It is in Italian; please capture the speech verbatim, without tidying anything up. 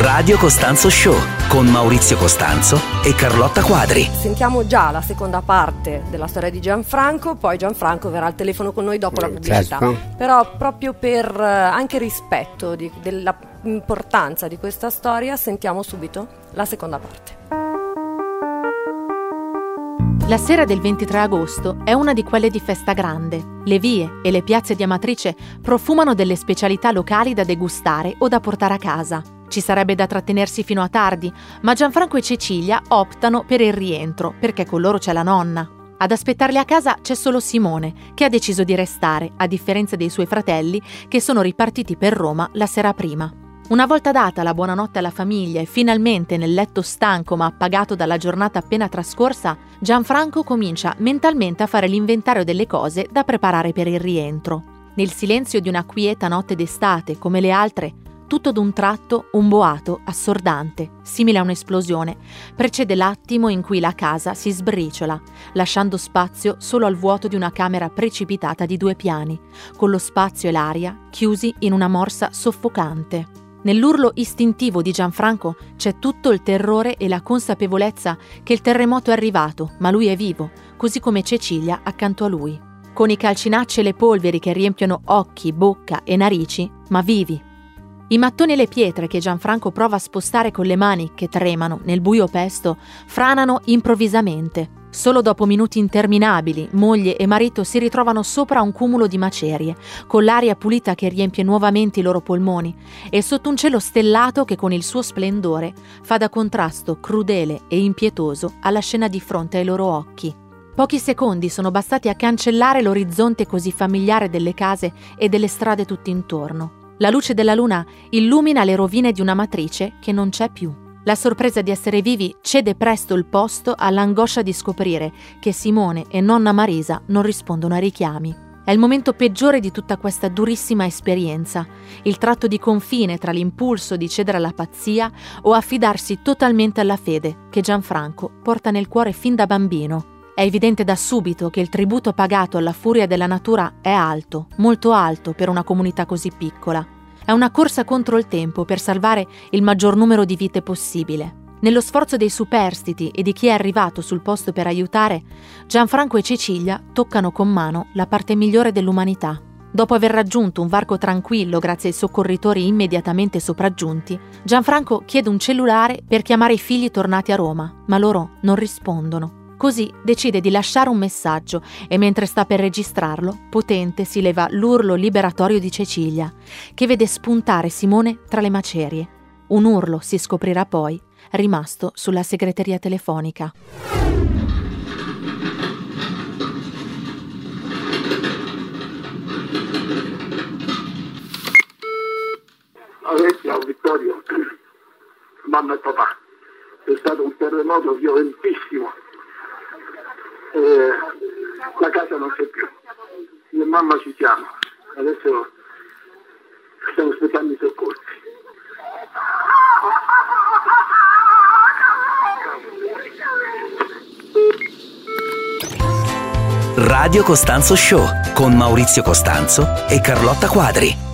Radio Costanzo Show con Maurizio Costanzo e Carlotta Quadri. Sentiamo già la seconda parte della storia di Gianfranco, poi Gianfranco verrà al telefono con noi dopo la pubblicità. Certo. Però proprio per anche rispetto di, dell'importanza di questa storia, sentiamo subito la seconda parte. La sera del ventitré agosto è una di quelle di festa grande. Le vie e le piazze di Amatrice profumano delle specialità locali da degustare o da portare a casa. Ci sarebbe da trattenersi fino a tardi, ma Gianfranco e Cecilia optano per il rientro, perché con loro c'è la nonna. Ad aspettarli a casa c'è solo Simone, che ha deciso di restare, a differenza dei suoi fratelli, che sono ripartiti per Roma la sera prima. Una volta data la buonanotte alla famiglia e finalmente nel letto stanco ma appagato dalla giornata appena trascorsa, Gianfranco comincia mentalmente a fare l'inventario delle cose da preparare per il rientro. Nel silenzio di una quieta notte d'estate, come le altre, tutto d'un tratto un boato assordante, simile a un'esplosione, precede l'attimo in cui la casa si sbriciola, lasciando spazio solo al vuoto di una camera precipitata di due piani, con lo spazio e l'aria chiusi in una morsa soffocante. Nell'urlo istintivo di Gianfranco c'è tutto il terrore e la consapevolezza che il terremoto è arrivato, ma lui è vivo, così come Cecilia accanto a lui. Con i calcinacci e le polveri che riempiono occhi, bocca e narici, ma vivi. I mattoni e le pietre che Gianfranco prova a spostare con le mani che tremano nel buio pesto franano improvvisamente. Solo dopo minuti interminabili, moglie e marito si ritrovano sopra un cumulo di macerie, con l'aria pulita che riempie nuovamente i loro polmoni e sotto un cielo stellato che con il suo splendore fa da contrasto crudele e impietoso alla scena di fronte ai loro occhi. Pochi secondi sono bastati a cancellare l'orizzonte così familiare delle case e delle strade tutt'intorno. La luce della luna illumina le rovine di una Amatrice che non c'è più. La sorpresa di essere vivi cede presto il posto all'angoscia di scoprire che Simone e nonna Marisa non rispondono ai richiami. È il momento peggiore di tutta questa durissima esperienza, il tratto di confine tra l'impulso di cedere alla pazzia o affidarsi totalmente alla fede che Gianfranco porta nel cuore fin da bambino. È evidente da subito che il tributo pagato alla furia della natura è alto, molto alto per una comunità così piccola. È una corsa contro il tempo per salvare il maggior numero di vite possibile. Nello sforzo dei superstiti e di chi è arrivato sul posto per aiutare, Gianfranco e Cecilia toccano con mano la parte migliore dell'umanità. Dopo aver raggiunto un varco tranquillo grazie ai soccorritori immediatamente sopraggiunti, Gianfranco chiede un cellulare per chiamare i figli tornati a Roma, ma loro non rispondono. Così decide di lasciare un messaggio e mentre sta per registrarlo, potente si leva l'urlo liberatorio di Cecilia, che vede spuntare Simone tra le macerie. Un urlo, si scoprirà poi, rimasto sulla segreteria telefonica. Alessia, Vittorio, mamma e papà, è stato un terremoto violentissimo. Eh, la casa non c'è più, io e mamma ci siamo, adesso stiamo aspettando i soccorsi. Radio Costanzo Show con Maurizio Costanzo e Carlotta Quadri.